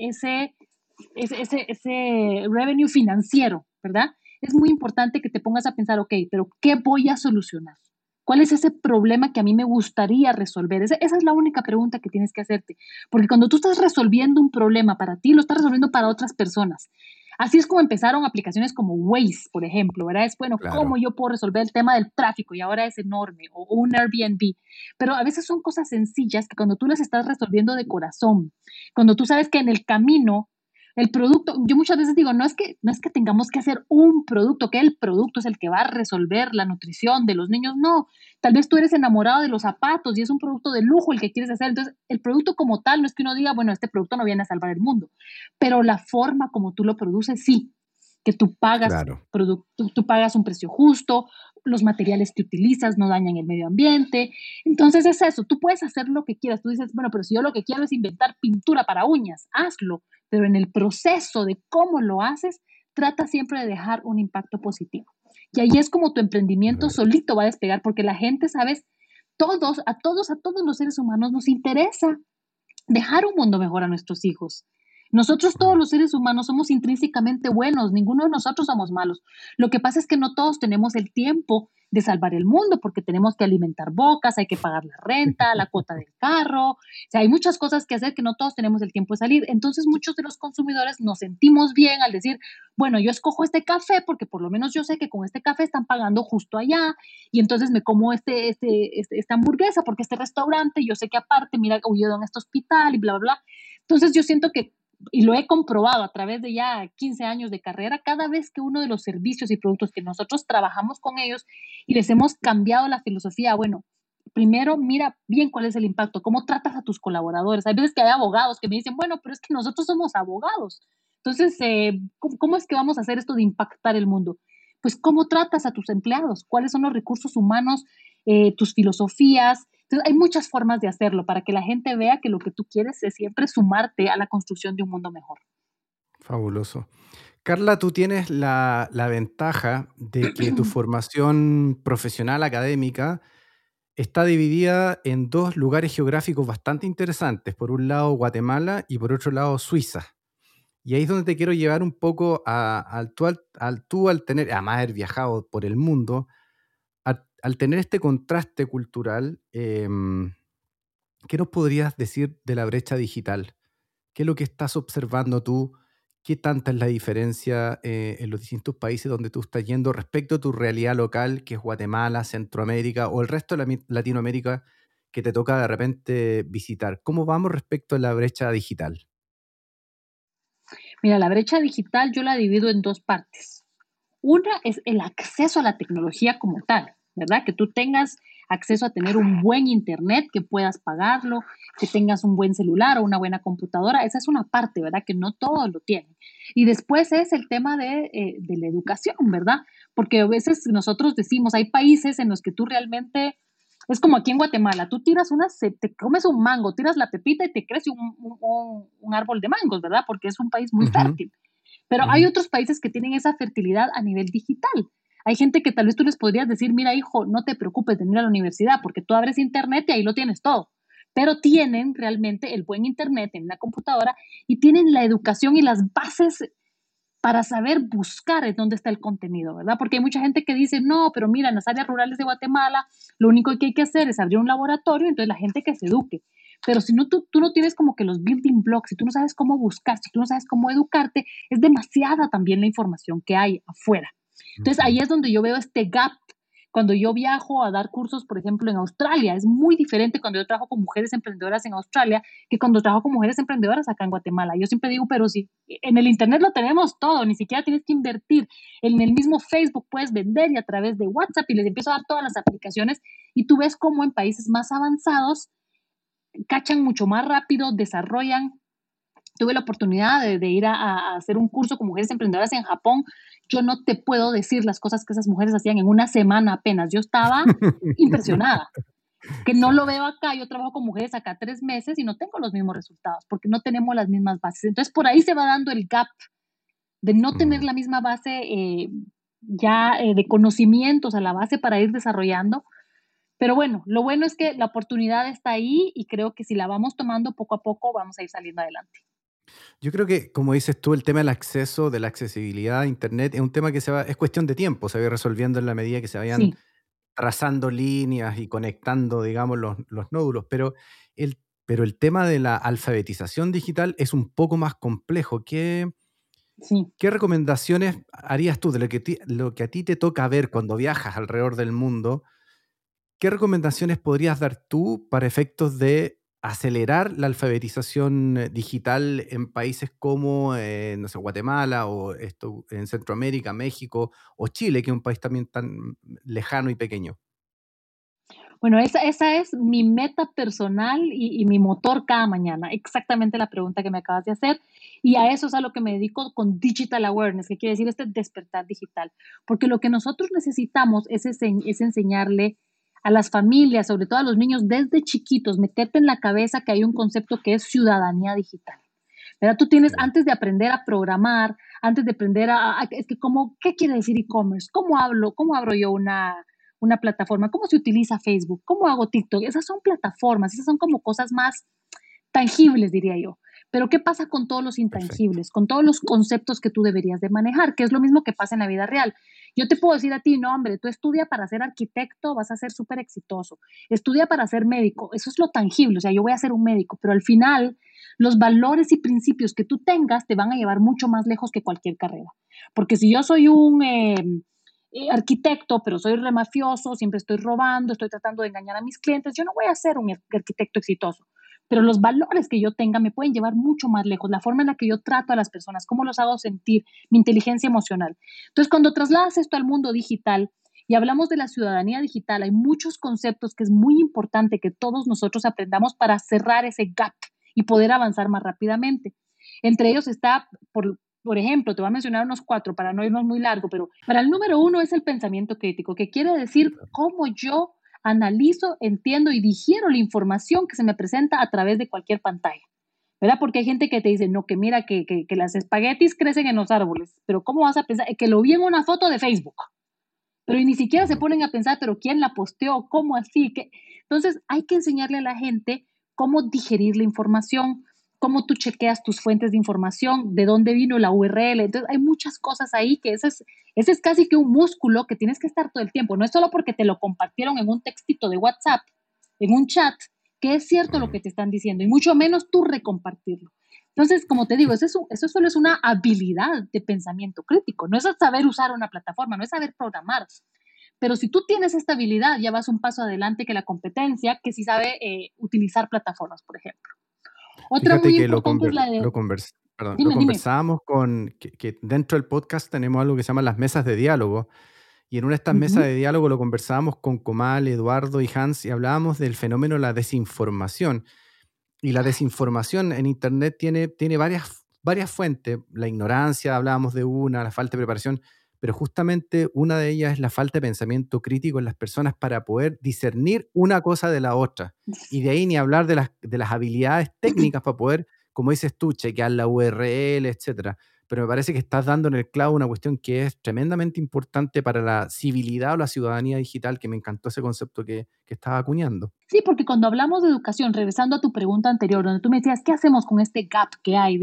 ese revenue financiero, ¿verdad? Es muy importante que te pongas a pensar, ok, pero ¿qué voy a solucionar? ¿Cuál es ese problema que a mí me gustaría resolver? Esa es la única pregunta que tienes que hacerte. Porque cuando tú estás resolviendo un problema para ti, lo estás resolviendo para otras personas. Así es como empezaron aplicaciones como Waze, por ejemplo, ¿verdad? Es, bueno, ¿cómo Claro. yo puedo resolver el tema del tráfico? Y ahora es enorme, o un Airbnb. Pero a veces son cosas sencillas que cuando tú las estás resolviendo de corazón, cuando tú sabes que en el camino el producto, yo muchas veces digo, no es que tengamos que hacer un producto, que el producto es el que va a resolver la nutrición de los niños, no. Tal vez tú eres enamorado de los zapatos y es un producto de lujo el que quieres hacer. Entonces, el producto como tal no es que uno diga, bueno, este producto no viene a salvar el mundo, pero la forma como tú lo produces, sí, que Claro. tú pagas un precio justo, los materiales que utilizas no dañan el medio ambiente. Entonces es eso, tú puedes hacer lo que quieras. Tú dices, bueno, pero si yo lo que quiero es inventar pintura para uñas, hazlo, pero en el proceso de cómo lo haces, trata siempre de dejar un impacto positivo. Y ahí es como tu emprendimiento Verdad. solito va a despegar, porque la gente, ¿sabes? A todos los seres humanos nos interesa dejar un mundo mejor a nuestros hijos. Nosotros todos Mm. los seres humanos somos intrínsecamente buenos, ninguno de nosotros somos malos. Lo que pasa es que no todos tenemos el tiempo de salvar el mundo porque tenemos que alimentar bocas, hay que pagar la renta, la cuota del carro, o sea, hay muchas cosas que hacer que no todos tenemos el tiempo de salir. Entonces muchos de los consumidores nos sentimos bien al decir, bueno, yo escojo este café porque por lo menos yo sé que con este café están pagando justo allá y entonces me como esta hamburguesa porque este restaurante, yo sé que aparte, mira, huyó en este hospital y bla, bla, bla. Entonces yo siento que y lo he comprobado a través de ya 15 años de carrera, cada vez que uno de los servicios y productos que nosotros trabajamos con ellos y les hemos cambiado la filosofía, bueno, primero mira bien cuál es el impacto, cómo tratas a tus colaboradores. Hay veces que hay abogados que me dicen, bueno, pero es que nosotros somos abogados. Entonces, ¿cómo es que vamos a hacer esto de impactar el mundo? Pues cómo tratas a tus empleados, cuáles son los recursos humanos, tus filosofías. Entonces, hay muchas formas de hacerlo para que la gente vea que lo que tú quieres es siempre sumarte a la construcción de un mundo mejor. Fabuloso. Carla, tú tienes la ventaja de que tu formación profesional académica está dividida en dos lugares geográficos bastante interesantes. Por un lado, Guatemala y por otro lado, Suiza. Y ahí es donde te quiero llevar un poco al tener, además de haber viajado por el mundo, al tener este contraste cultural, ¿qué nos podrías decir de la brecha digital? ¿Qué es lo que estás observando tú? ¿Qué tanta es la diferencia en los distintos países donde tú estás yendo respecto a tu realidad local, que es Guatemala, Centroamérica o el resto de Latinoamérica que te toca de repente visitar? ¿Cómo vamos respecto a la brecha digital? Mira, la brecha digital yo la divido en dos partes. Una es el acceso a la tecnología como tal, ¿verdad? Que tú tengas acceso a tener un buen internet, que puedas pagarlo, que tengas un buen celular o una buena computadora. Esa es una parte, ¿verdad? Que no todos lo tienen. Y después es el tema de la educación, ¿verdad? Porque a veces nosotros decimos, hay países en los que tú realmente, es como aquí en Guatemala, tú tiras te comes un mango, tiras la pepita y te crece un árbol de mangos, ¿verdad? Porque es un país muy Ujú, fértil. Pero hay ujú. otros países que tienen esa fertilidad a nivel digital. Hay gente que tal vez tú les podrías decir, mira hijo, no te preocupes de ir a la universidad porque tú abres internet y ahí lo tienes todo. Pero tienen realmente el buen internet en la computadora y tienen la educación y las bases para saber buscar en dónde está el contenido, ¿verdad? Porque hay mucha gente que dice, no, pero mira, en las áreas rurales de Guatemala, lo único que hay que hacer es abrir un laboratorio, entonces la gente que se eduque. Pero si no, tú no tienes como que los building blocks, si tú no sabes cómo buscar, si tú no sabes cómo educarte, es demasiada también la información que hay afuera. Entonces Ujú. ahí es donde yo veo este gap cuando yo viajo a dar cursos, por ejemplo, en Australia. Es muy diferente cuando yo trabajo con mujeres emprendedoras en Australia que cuando trabajo con mujeres emprendedoras acá en Guatemala. Yo siempre digo, pero si en el Internet lo tenemos todo, ni siquiera tienes que invertir. En el mismo Facebook puedes vender y a través de WhatsApp y les empiezo a dar todas las aplicaciones y tú ves cómo en países más avanzados cachan mucho más rápido, desarrollan. Tuve la oportunidad de ir a hacer un curso con mujeres emprendedoras en Japón. Yo no te puedo decir las cosas que esas mujeres hacían en una semana apenas. Yo estaba impresionada. que no lo Claro. veo acá. Yo trabajo con mujeres acá 3 meses y no tengo los mismos resultados porque no tenemos las mismas bases. Entonces, por ahí se va dando el gap de no tener Mm. la misma base de conocimientos a la base para ir desarrollando. Pero bueno, lo bueno es que la oportunidad está ahí y creo que si la vamos tomando poco a poco vamos a ir saliendo adelante. Yo creo que, como dices tú, el tema del acceso, de la accesibilidad a Internet es un tema que es cuestión de tiempo, se va a ir resolviendo en la medida que se vayan Sí, trazando líneas y conectando, digamos, los nódulos. Pero el tema de la alfabetización digital es un poco más complejo. sí. ¿Qué recomendaciones harías tú de lo que a ti te toca ver cuando viajas alrededor del mundo? ¿Qué recomendaciones podrías dar tú para efectos de acelerar la alfabetización digital en países como, no sé, Guatemala o esto, en Centroamérica, México o Chile, que es un país también tan lejano y pequeño? Bueno, esa es mi meta personal y mi motor cada mañana, exactamente la pregunta que me acabas de hacer. Y a eso es a lo que me dedico con Digital Awareness, que quiere decir este despertar digital. Porque lo que nosotros necesitamos es enseñarle a las familias, sobre todo a los niños desde chiquitos, meterte en la cabeza que hay un concepto que es ciudadanía digital. ¿Verdad? Tú tienes, Ya. antes de aprender a programar, antes de aprender es que ¿qué quiere decir e-commerce? ¿Cómo abro yo una plataforma? ¿Cómo se utiliza Facebook? ¿Cómo hago TikTok? Esas son plataformas, esas son como cosas más tangibles, diría yo. Pero ¿qué pasa con todos los Perfecto. intangibles, con todos los conceptos que tú deberías de manejar? Que es lo mismo que pasa en la vida real. Yo te puedo decir a ti, no, hombre, tú estudia para ser arquitecto, vas a ser súper exitoso. Estudia para ser médico, eso es lo tangible, o sea, yo voy a ser un médico, pero al final los valores y principios que tú tengas te van a llevar mucho más lejos que cualquier carrera. Porque si yo soy un arquitecto, pero soy remafioso, siempre estoy robando, estoy tratando de engañar a mis clientes, yo no voy a ser un arquitecto exitoso. Pero los valores que yo tenga me pueden llevar mucho más lejos, la forma en la que yo trato a las personas, cómo los hago sentir, mi inteligencia emocional. Entonces, cuando trasladas esto al mundo digital y hablamos de la ciudadanía digital, hay muchos conceptos que es muy importante que todos nosotros aprendamos para cerrar ese gap y poder avanzar más rápidamente. Entre ellos está, por ejemplo, te voy a mencionar unos 4 para no irnos muy largo, pero para el número 1 es el pensamiento crítico, que quiere decir cómo yo analizo, entiendo y digiero la información que se me presenta a través de cualquier pantalla, ¿verdad? Porque hay gente que te dice, no, que mira que las espaguetis crecen en los árboles, pero ¿cómo vas a pensar? Que lo vi en una foto de Facebook, pero ni siquiera se Ujú. ponen a pensar, pero ¿quién la posteó? ¿Cómo así? ¿Qué? Entonces hay que enseñarle a la gente cómo digerir la información, cómo tú chequeas tus fuentes de información, de dónde vino la URL. Entonces hay muchas cosas ahí que ese es casi que un músculo que tienes que estar todo el tiempo. No es solo porque te lo compartieron en un textito de WhatsApp, en un chat, que es cierto lo Mm. que te están diciendo, y mucho menos tú recompartirlo. Entonces, como te digo, eso solo es una habilidad de pensamiento crítico, no es saber usar una plataforma, no es saber programar. Pero si tú tienes esta habilidad, ya vas un paso adelante que la competencia, que sí sabe utilizar plataformas, por ejemplo. Otra Fíjate muy que importante es la de... lo Dime, dime. conversábamos que dentro del podcast tenemos algo que se llama las mesas de diálogo. Y en una de estas mesas Ujú. de diálogo lo conversábamos con Comal, Eduardo y Hans y hablábamos del fenómeno de la desinformación. Y la desinformación en Internet tiene varias fuentes. La ignorancia, hablábamos de una, la falta de preparación, pero justamente una de ellas es la falta de pensamiento crítico en las personas para poder discernir una cosa de la otra. Y de ahí ni hablar de las habilidades técnicas para poder, como dices tú, chequear la URL, etcétera. Pero me parece que estás dando en el clavo una cuestión que es tremendamente importante para la civilidad o la ciudadanía digital, que me encantó ese concepto que estaba acuñando. Sí, porque cuando hablamos de educación, regresando a tu pregunta anterior, donde tú me decías, ¿qué hacemos con este gap que hay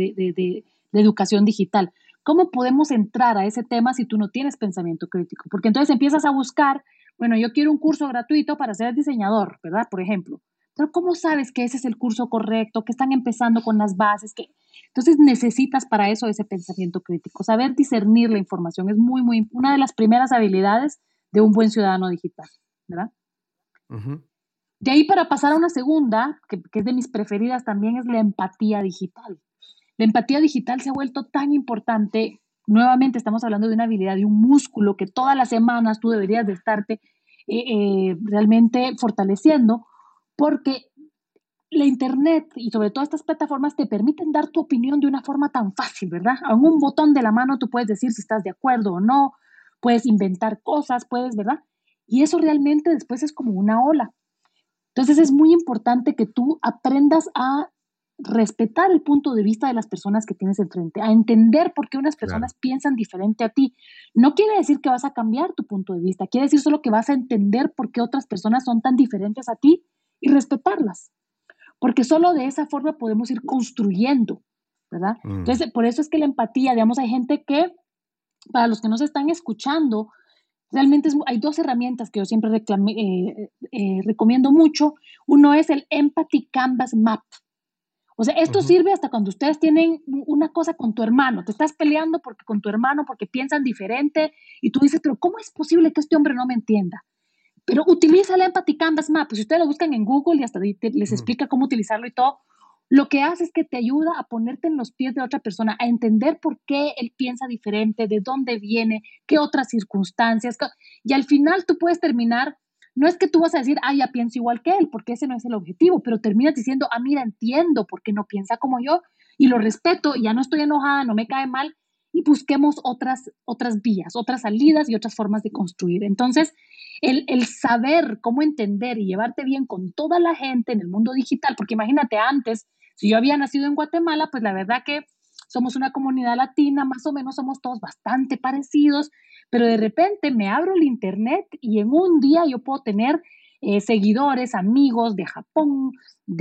de educación digital? ¿Cómo podemos entrar a ese tema si tú no tienes pensamiento crítico? Porque entonces empiezas a buscar, bueno, yo quiero un curso gratuito para ser diseñador, ¿verdad? Por ejemplo. Pero ¿cómo sabes que ese es el curso correcto, que están empezando con las bases? Entonces necesitas para eso ese pensamiento crítico. Saber discernir la información es una de las primeras habilidades de un buen ciudadano digital, ¿verdad? Ujú. De ahí para pasar a una segunda, que es de mis preferidas también, es la empatía digital. La empatía digital se ha vuelto tan importante. Nuevamente estamos hablando de una habilidad, de un músculo que todas las semanas tú deberías de estarte realmente fortaleciendo, porque la internet y sobre todo estas plataformas te permiten dar tu opinión de una forma tan fácil, ¿verdad? A un botón de la mano tú puedes decir si estás de acuerdo o no, puedes inventar cosas, puedes, ¿verdad? Y eso realmente después es como una ola. Entonces es muy importante que tú aprendas a respetar el punto de vista de las personas que tienes enfrente, a entender por qué unas Claro. personas piensan diferente a ti. No quiere decir que vas a cambiar tu punto de vista, quiere decir solo que vas a entender por qué otras personas son tan diferentes a ti y respetarlas, porque solo de esa forma podemos ir construyendo, ¿verdad? Mm. Entonces, por eso es que la empatía, digamos, hay gente que, para los que nos están escuchando, realmente hay dos herramientas que yo siempre recomiendo mucho. Uno es el Empathy Canvas Map. O sea, esto Ujú. sirve hasta cuando ustedes tienen una cosa con tu hermano, te estás peleando porque con tu hermano porque piensan diferente y tú dices, pero ¿cómo es posible que este hombre no me entienda? Pero utiliza el Empathy Canvas Map, pues si ustedes lo buscan en Google y hasta les Mm. explica cómo utilizarlo y todo, lo que hace es que te ayuda a ponerte en los pies de otra persona, a entender por qué él piensa diferente, de dónde viene, qué otras circunstancias, y al final tú puedes terminar, no es que tú vas a decir, ah, ya pienso igual que él, porque ese no es el objetivo, pero terminas diciendo, ah, mira, entiendo por qué no piensa como yo y lo respeto, ya no estoy enojada, no me cae mal, y busquemos otras vías, otras salidas y otras formas de construir. Entonces, el saber cómo entender y llevarte bien con toda la gente en el mundo digital, porque imagínate antes, si yo había nacido en Guatemala, pues la verdad que somos una comunidad latina, más o menos somos todos bastante parecidos, pero de repente me abro el internet y en un día yo puedo tener seguidores, amigos de Japón,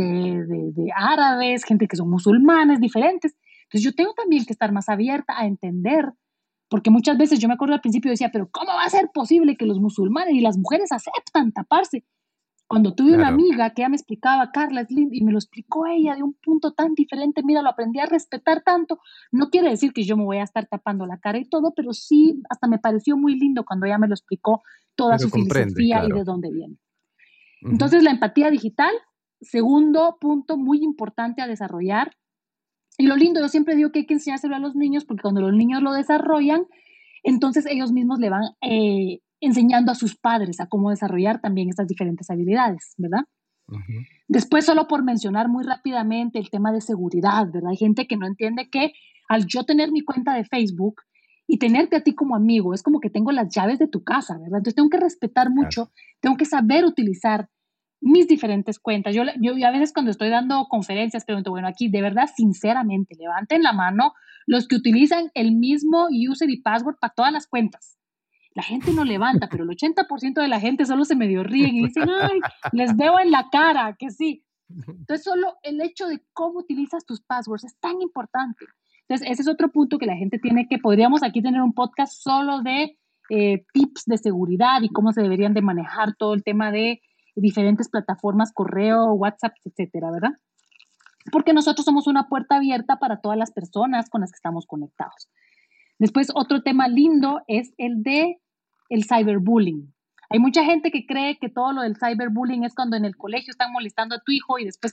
de árabes, gente que son musulmanes, diferentes. Entonces yo tengo también que estar más abierta a entender, porque muchas veces yo me acuerdo al principio decía, pero ¿cómo va a ser posible que los musulmanes y las mujeres aceptan taparse? Cuando tuve una Claro. amiga que ella me explicaba, Carla, es lindo, y me lo explicó ella de un punto tan diferente, mira, lo aprendí a respetar tanto. No quiere decir que yo me voy a estar tapando la cara y todo, pero sí, hasta me pareció muy lindo cuando ella me lo explicó, toda Pero su comprendes, filosofía y claro. de dónde viene. Ujú. Entonces, la empatía digital, segundo punto muy importante a desarrollar. Y lo lindo, yo siempre digo que hay que enseñárselo a los niños, porque cuando los niños lo desarrollan, entonces ellos mismos le van enseñando a sus padres a cómo desarrollar también estas diferentes habilidades, ¿verdad? Ujú. Después, solo por mencionar muy rápidamente el tema de seguridad, ¿verdad? Hay gente que no entiende que al yo tener mi cuenta de Facebook y tenerte a ti como amigo, es como que tengo las llaves de tu casa, ¿verdad? Entonces tengo que respetar Claro. mucho, tengo que saber utilizar mis diferentes cuentas. Yo a veces cuando estoy dando conferencias pregunto, bueno, aquí de verdad, sinceramente, levanten la mano los que utilizan el mismo user y password para todas las cuentas. La gente no levanta, pero el 80% de la gente solo se medio ríen y dicen, ay, les veo en la cara que sí. Entonces, solo el hecho de cómo utilizas tus passwords es tan importante. Entonces, ese es otro punto que la gente tiene que, podríamos aquí tener un podcast solo de tips de seguridad y cómo se deberían de manejar todo el tema de diferentes plataformas, correo, WhatsApp, etcétera, ¿verdad? Porque nosotros somos una puerta abierta para todas las personas con las que estamos conectados. Después, otro tema lindo es el de el cyberbullying. Hay mucha gente que cree que todo lo del cyberbullying es cuando en el colegio están molestando a tu hijo y después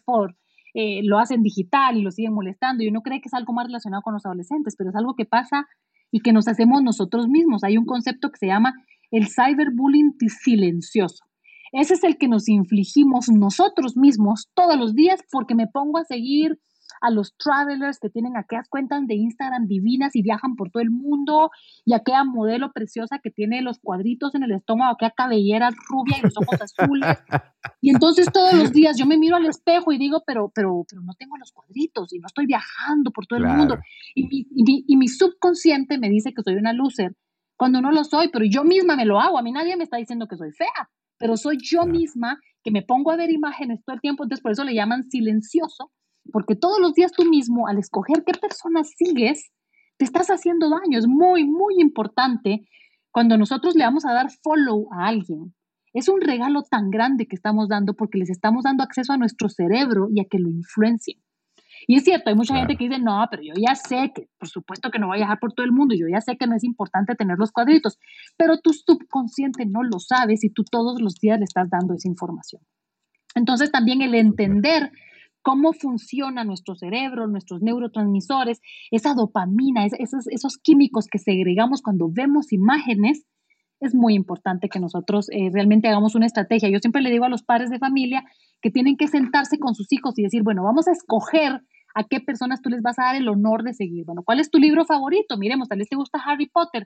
lo hacen digital y lo siguen molestando. Y uno cree que es algo más relacionado con los adolescentes, pero es algo que pasa y que nos hacemos nosotros mismos. Hay un concepto que se llama el cyberbullying silencioso. Ese es el que nos infligimos nosotros mismos todos los días porque me pongo a seguir a los travelers que tienen aquellas cuentas de Instagram divinas y viajan por todo el mundo, y aquella modelo preciosa que tiene los cuadritos en el estómago, aquella cabellera rubia y los ojos azules. Y entonces todos los días yo me miro al espejo y digo, pero no tengo los cuadritos y no estoy viajando por todo el mundo. Claro. Y mi subconsciente me dice que soy una loser cuando no lo soy, pero yo misma me lo hago. A mí nadie me está diciendo que soy fea, pero soy yo Claro. misma que me pongo a ver imágenes todo el tiempo. Entonces por eso le llaman silencioso, porque todos los días tú mismo, al escoger qué personas sigues, te estás haciendo daño. Es muy, muy importante cuando nosotros le vamos a dar follow a alguien. Es un regalo tan grande que estamos dando porque les estamos dando acceso a nuestro cerebro y a que lo influencien. Y es cierto, hay mucha gente Claro. que dice, no, pero yo ya sé que, por supuesto que no voy a viajar por todo el mundo, yo ya sé que no es importante tener los cuadritos, pero tu subconsciente no lo sabes y tú todos los días le estás dando esa información. Entonces también el Súper. entender cómo funciona nuestro cerebro, nuestros neurotransmisores, esa dopamina, esos químicos que segregamos cuando vemos imágenes, es muy importante que nosotros realmente hagamos una estrategia. Yo siempre le digo a los padres de familia que tienen que sentarse con sus hijos y decir, bueno, vamos a escoger a qué personas tú les vas a dar el honor de seguir. Bueno, ¿cuál es tu libro favorito? Miremos, tal vez te gusta Harry Potter.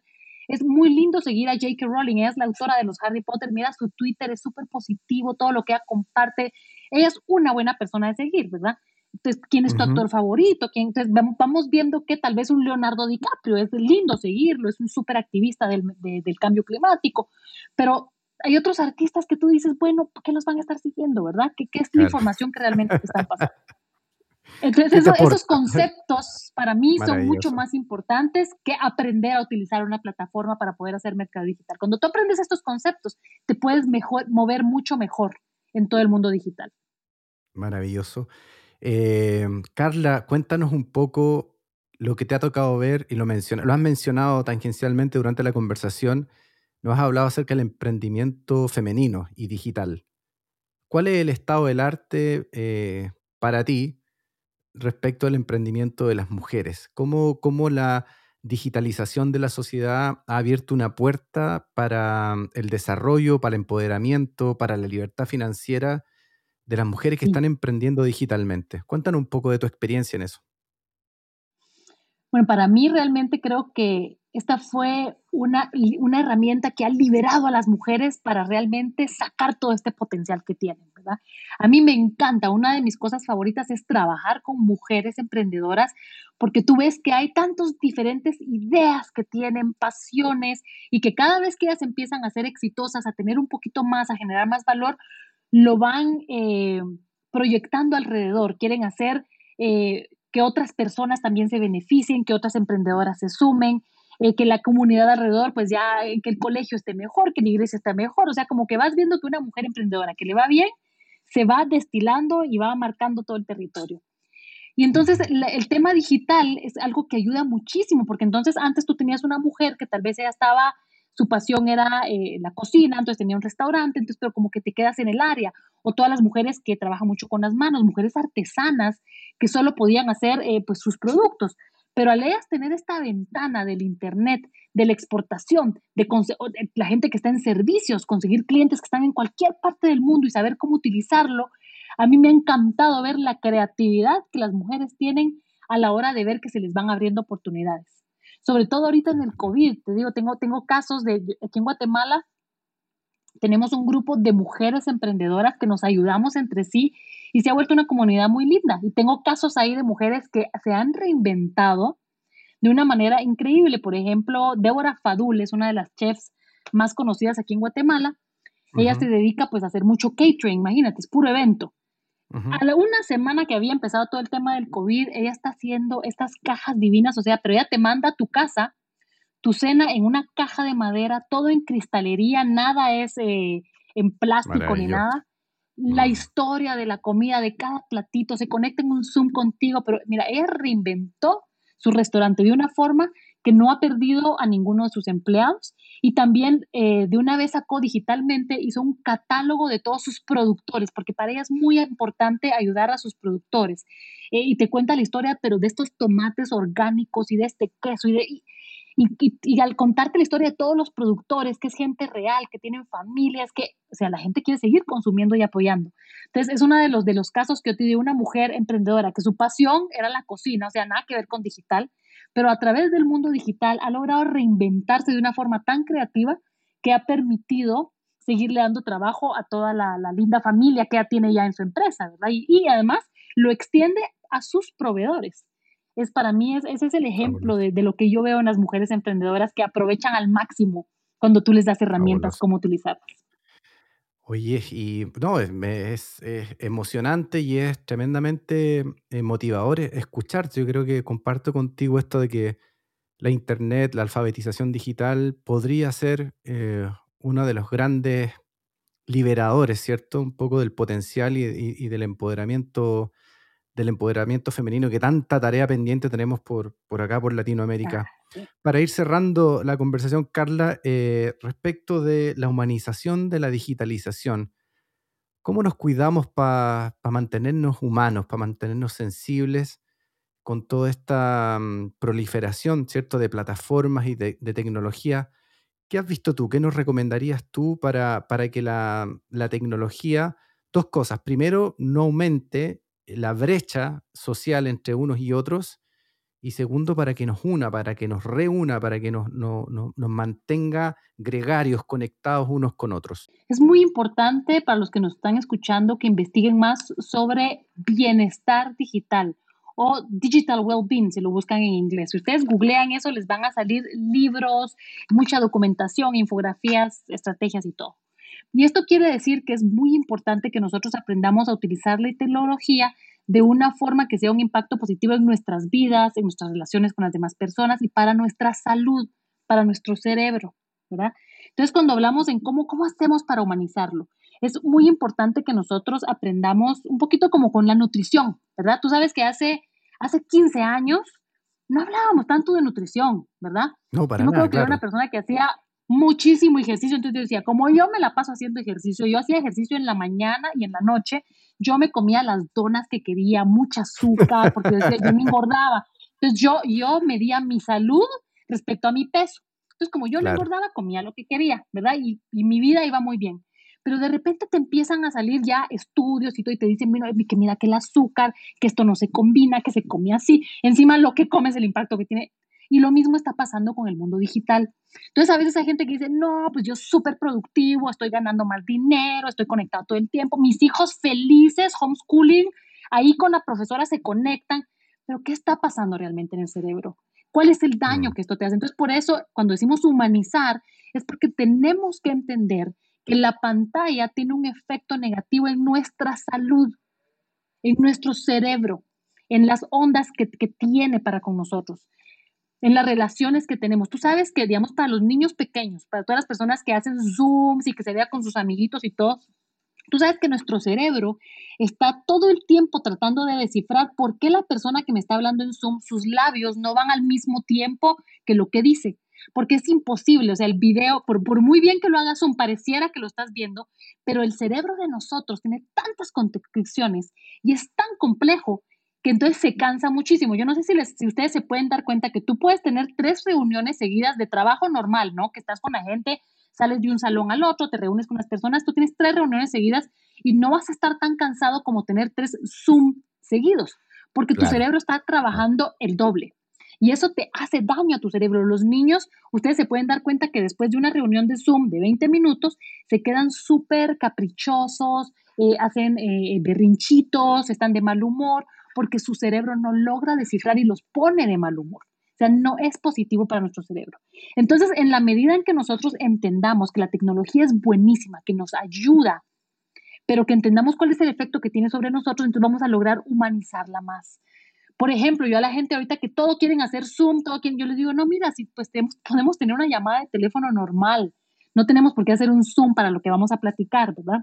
Es muy lindo seguir a J.K. Rowling, ella es la autora de los Harry Potter, mira su Twitter, es súper positivo, todo lo que ella comparte, ella es una buena persona de seguir, ¿verdad? Entonces, ¿quién es tu Ujú. actor favorito? Entonces, vamos viendo que tal vez un Leonardo DiCaprio, es lindo seguirlo, es un súper activista del cambio climático, pero hay otros artistas que tú dices, bueno, ¿por qué los van a estar siguiendo, verdad? ¿Qué es la Claro. información que realmente te están pasando? Entonces, ¿Qué te esos aporta? conceptos para mí son mucho Maravilloso. más importantes que aprender a utilizar una plataforma para poder hacer mercado digital. Cuando tú aprendes estos conceptos, te puedes mover mucho mejor en todo el mundo digital. Maravilloso. Carla, cuéntanos un poco lo que te ha tocado ver y lo has mencionado tangencialmente durante la conversación. Nos has hablado acerca del emprendimiento femenino y digital. ¿Cuál es el estado del arte para ti respecto al emprendimiento de las mujeres? ¿Cómo la digitalización de la sociedad ha abierto una puerta para el desarrollo, para el empoderamiento, para la libertad financiera de las mujeres que Sí. están emprendiendo digitalmente? Cuéntanos un poco de tu experiencia en eso. Bueno, para mí realmente creo que esta fue una herramienta que ha liberado a las mujeres para realmente sacar todo este potencial que tienen, ¿verdad? A mí me encanta, una de mis cosas favoritas es trabajar con mujeres emprendedoras, porque tú ves que hay tantas diferentes ideas que tienen, pasiones, y que cada vez que ellas empiezan a ser exitosas, a tener un poquito más, a generar más valor, lo van proyectando alrededor, quieren hacer que otras personas también se beneficien, que otras emprendedoras se sumen, que la comunidad alrededor, pues ya, que el colegio esté mejor, que la iglesia esté mejor, o sea, como que vas viendo que una mujer emprendedora que le va bien, se va destilando y va marcando todo el territorio. Y entonces Ujú. el tema digital es algo que ayuda muchísimo, porque entonces antes tú tenías una mujer que tal vez ella estaba, su pasión era la cocina, entonces tenía un restaurante, entonces, pero como que te quedas en el área, o todas las mujeres que trabajan mucho con las manos, mujeres artesanas que solo podían hacer pues sus productos. Pero al ellas tener esta ventana del Internet, de la exportación, de la gente que está en servicios, conseguir clientes que están en cualquier parte del mundo y saber cómo utilizarlo, a mí me ha encantado ver la creatividad que las mujeres tienen a la hora de ver que se les van abriendo oportunidades. Sobre todo ahorita en el COVID, te digo, tengo casos aquí en Guatemala, tenemos un grupo de mujeres emprendedoras que nos ayudamos entre sí y se ha vuelto una comunidad muy linda. Y tengo casos ahí de mujeres que se han reinventado de una manera increíble. Por ejemplo, Débora Fadul es una de las chefs más conocidas aquí en Guatemala. Ella se Ujú, dedica pues a hacer mucho catering, imagínate, es puro evento. ujú. A la una semana que había empezado todo el tema del COVID, ella está haciendo estas cajas divinas, o sea, pero ella te manda a tu casa tu cena en una caja de madera, todo en cristalería, nada es en plástico ni Maravilloso. nada. La Mm. historia de la comida, de cada platito, se conecta en un Zoom contigo, pero mira, ella reinventó su restaurante de una forma que no ha perdido a ninguno de sus empleados y también de una vez sacó digitalmente, hizo un catálogo de todos sus productores, porque para ella es muy importante ayudar a sus productores. Y te cuenta la historia, pero de estos tomates orgánicos y de este queso y al contarte la historia de todos los productores, que es gente real, que tienen familias, que, o sea, la gente quiere seguir consumiendo y apoyando. Entonces, es uno de los casos que yo te digo, una mujer emprendedora, que su pasión era la cocina, o sea, nada que ver con digital, pero a través del mundo digital ha logrado reinventarse de una forma tan creativa que ha permitido seguirle dando trabajo a toda la linda familia que ya tiene ya en su empresa, ¿verdad? Y además lo extiende a sus proveedores. Para mí, ese es el ejemplo Fabuloso, de lo que yo veo en las mujeres emprendedoras que aprovechan al máximo cuando tú les das herramientas, fabuloso. cómo utilizarlas. Oye, y no, es emocionante y es tremendamente motivador escucharte. Yo creo que comparto contigo esto de que la internet, la alfabetización digital podría ser uno de los grandes liberadores, ¿cierto? Un poco del potencial y del empoderamiento femenino que tanta tarea pendiente tenemos por acá, por Ah, Latinoamérica. sí. Para ir cerrando la conversación, Carla, respecto de la humanización de la digitalización, ¿cómo nos cuidamos para mantenernos humanos, para mantenernos sensibles con toda esta proliferación, ¿cierto?, de plataformas y de tecnología? ¿Qué has visto tú? ¿Qué nos recomendarías tú para que la tecnología, dos cosas? Primero, no aumente la brecha social entre unos y otros. y segundo, para que nos una, para que nos reúna, para que nos mantenga gregarios, conectados unos con otros. Es muy importante para los que nos están escuchando que investiguen más sobre bienestar digital o digital well-being, si lo buscan en inglés. Si ustedes googlean eso, les van a salir libros, mucha documentación, infografías, estrategias y todo. Y esto quiere decir que es muy importante que nosotros aprendamos a utilizar la tecnología de una forma que sea un impacto positivo en nuestras vidas, en nuestras relaciones con las demás personas y para nuestra salud, para nuestro cerebro, ¿verdad? Entonces, cuando hablamos en cómo hacemos para humanizarlo, es muy importante que nosotros aprendamos un poquito como con la nutrición, ¿verdad? Tú sabes que hace 15 años no hablábamos tanto de nutrición, ¿verdad? No, Yo para me nada, acuerdo que era una claro. persona que hacía muchísimo ejercicio, entonces yo decía, como yo me la paso haciendo ejercicio, yo hacía ejercicio en la mañana y en la noche, yo me comía las donas que quería, mucha azúcar, porque yo decía, yo me engordaba. Entonces yo medía mi salud respecto a mi peso. Entonces, como yo no Claro. engordaba, comía lo que quería, ¿verdad? Y mi vida iba muy bien. Pero de repente te empiezan a salir ya estudios y todo, y te dicen, que mira que el azúcar, que esto no se combina, que se come así. Encima lo que comes, el impacto que tiene. Y lo mismo está pasando con el mundo digital. Entonces, a veces hay gente que dice, no, pues yo súper productivo, estoy ganando más dinero, estoy conectado todo el tiempo, mis hijos felices, homeschooling, ahí con la profesora se conectan, pero ¿qué está pasando realmente en el cerebro? ¿Cuál es el daño Mm. que esto te hace? Entonces, por eso, cuando decimos humanizar, es porque tenemos que entender que la pantalla tiene un efecto negativo en nuestra salud, en nuestro cerebro, en las ondas que tiene para con nosotros, en las relaciones que tenemos. Tú sabes que, digamos, para los niños pequeños, para todas las personas que hacen Zooms y que se vea con sus amiguitos y todo, tú sabes que nuestro cerebro está todo el tiempo tratando de descifrar por qué la persona que me está hablando en Zoom, sus labios no van al mismo tiempo que lo que dice. Porque es imposible, o sea, el video, por muy bien que lo haga Zoom, pareciera que lo estás viendo, pero el cerebro de nosotros tiene tantas conexiones y es tan complejo que entonces se cansa muchísimo. Yo no sé si ustedes se pueden dar cuenta que tú puedes tener 3 reuniones seguidas de trabajo normal, ¿no? Que estás con la gente, sales de un salón al otro, te reúnes con las personas, tú tienes 3 reuniones seguidas y no vas a estar tan cansado como tener 3 Zoom seguidos, porque tu Claro, cerebro está claro. trabajando el doble. Y eso te hace daño a tu cerebro. Los niños, ustedes se pueden dar cuenta que después de una reunión de Zoom de 20 minutos, se quedan súper caprichosos, hacen berrinchitos, están de mal humor, porque su cerebro no logra descifrar y los pone de mal humor. O sea, no es positivo para nuestro cerebro. Entonces, en la medida en que nosotros entendamos que la tecnología es buenísima, que nos ayuda, pero que entendamos cuál es el efecto que tiene sobre nosotros, entonces vamos a lograr humanizarla más. Por ejemplo, yo a la gente ahorita que todo quieren hacer Zoom, yo les digo, no, mira, si pues podemos tener una llamada de teléfono normal, no tenemos por qué hacer un Zoom para lo que vamos a platicar, ¿verdad?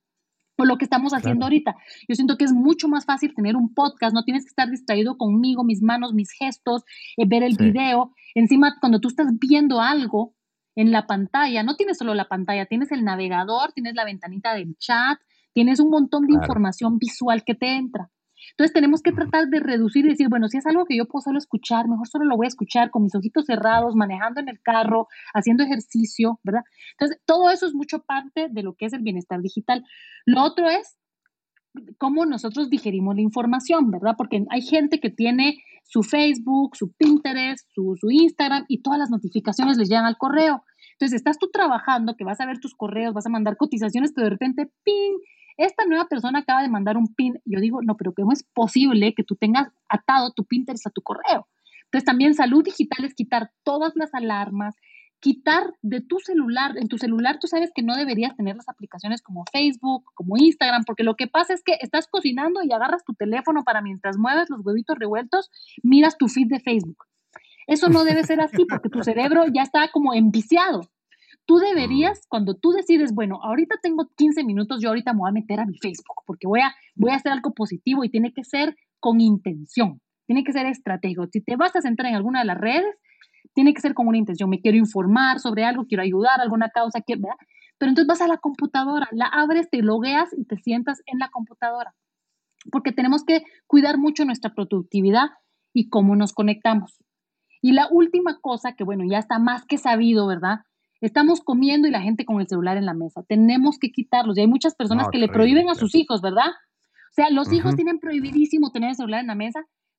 O lo que estamos haciendo Claro. ahorita. Yo siento que es mucho más fácil tener un podcast, no tienes que estar distraído conmigo, mis manos, mis gestos, ver el Sí, video. Encima, cuando tú estás viendo algo en la pantalla, no tienes solo la pantalla, tienes el navegador, tienes la ventanita del chat, tienes un montón de claro. información visual que te entra. Entonces tenemos que Ujú. tratar de reducir y decir, bueno, si es algo que yo puedo solo escuchar, mejor solo lo voy a escuchar con mis ojitos Sí. cerrados, manejando en el carro, haciendo ejercicio, ¿verdad? Entonces, todo eso es mucho parte de lo que es el bienestar digital. Lo otro es cómo nosotros digerimos la información, ¿verdad? Porque hay gente que tiene su Facebook, su Pinterest, su Instagram y todas las notificaciones les llegan al correo. Entonces, estás tú trabajando, que vas a ver tus correos, vas a mandar cotizaciones, pero de repente, ¡ping! Esta nueva persona acaba de mandar un pin. Yo digo, no, pero ¿cómo es posible que tú tengas atado tu Pinterest a tu correo? Entonces, también salud digital es quitar todas las alarmas, quitar de tu celular, en tu celular tú sabes que no deberías tener las aplicaciones como Facebook, como Instagram, porque lo que pasa es que estás cocinando y agarras tu teléfono para mientras mueves los huevitos revueltos, miras tu feed de Facebook. Eso no debe ser así porque tu cerebro ya está como enviciado. Tú Mm. deberías, cuando tú decides, bueno, ahorita tengo 15 minutos, yo ahorita me voy a meter a mi Facebook porque voy a hacer algo positivo y tiene que ser con intención, tiene que ser estratégico. Si te vas a centrar en alguna de las redes, tiene que ser con una intención. Me quiero informar sobre algo, quiero ayudar a alguna causa, ¿verdad? Pero entonces vas a la computadora, la abres, te logueas y te sientas en la computadora. Porque tenemos que cuidar mucho nuestra productividad y cómo nos conectamos. Y la última cosa, que bueno, ya está más que sabido, ¿verdad? Estamos comiendo y la gente con el celular en la mesa. Tenemos que quitarlos. Y hay muchas personas No, que le terrible, prohíben a claro. sus hijos, ¿verdad? O sea, los hijos Ujú. tienen prohibidísimo tener el celular en la mesa,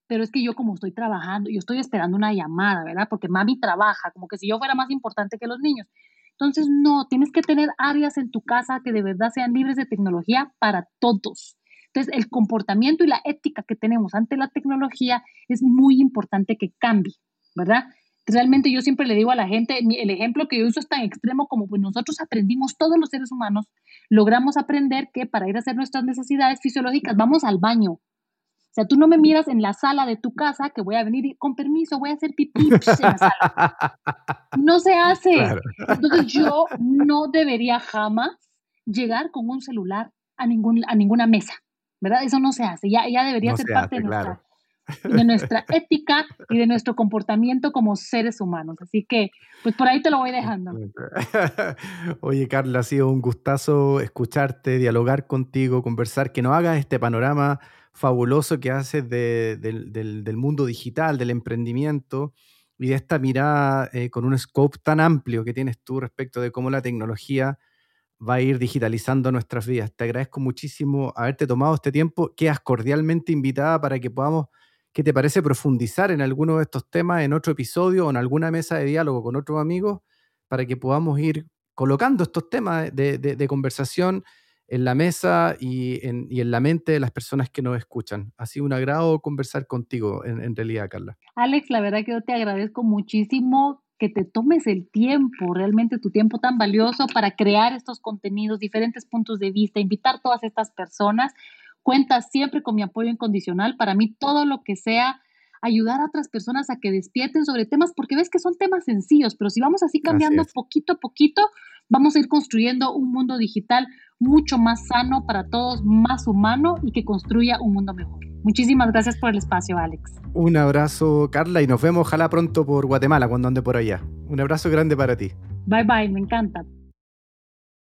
pero es que yo como estoy trabajando, yo estoy esperando una llamada, ¿verdad? Porque mami trabaja, como que si yo fuera más importante que los niños. Entonces, no, tienes que tener áreas en tu casa que de verdad sean libres de tecnología para todos. Entonces, el comportamiento y la ética que tenemos ante la tecnología es muy importante que cambie, ¿verdad? Realmente yo siempre le digo a la gente, el ejemplo que yo uso es tan extremo como pues nosotros aprendimos, todos los seres humanos, logramos aprender que para ir a hacer nuestras necesidades fisiológicas vamos al baño. O sea, tú no me miras en la sala de tu casa que voy a venir y con permiso voy a hacer pipí en la sala. No se hace. Claro. Entonces yo no debería jamás llegar con un celular a ninguna mesa, ¿verdad? Eso no se hace. Ya debería No ser se parte hace, claro. de nuestra ética y de nuestro comportamiento como seres humanos. Así que, pues por ahí te lo voy dejando. Oye, Carla, ha sido un gustazo escucharte, dialogar contigo, conversar, que nos hagas este panorama fabuloso que haces del mundo digital, del emprendimiento y de esta mirada con un scope tan amplio que tienes tú respecto de cómo la tecnología va a ir digitalizando nuestras vidas. Te agradezco muchísimo haberte tomado este tiempo. Quedas cordialmente invitada para que podamos, ¿qué te parece?, profundizar en alguno de estos temas en otro episodio o en alguna mesa de diálogo con otros amigos para que podamos ir colocando estos temas de conversación en la mesa y en la mente de las personas que nos escuchan. Ha sido un agrado conversar contigo, en realidad, Carla. Alex, la verdad que yo te agradezco muchísimo que te tomes el tiempo, realmente tu tiempo tan valioso para crear estos contenidos, diferentes puntos de vista, invitar a todas estas personas. Cuentas siempre con mi apoyo incondicional. Para mí todo lo que sea ayudar a otras personas a que despierten sobre temas, porque ves que son temas sencillos, pero si vamos así Así cambiando es. poquito a poquito, vamos a ir construyendo un mundo digital mucho más sano para todos, más humano y que construya un mundo mejor. Muchísimas gracias por el espacio, Alex. Un abrazo, Carla, y nos vemos ojalá pronto por Guatemala, cuando ande por allá. Un abrazo grande para ti. Bye bye, me encanta.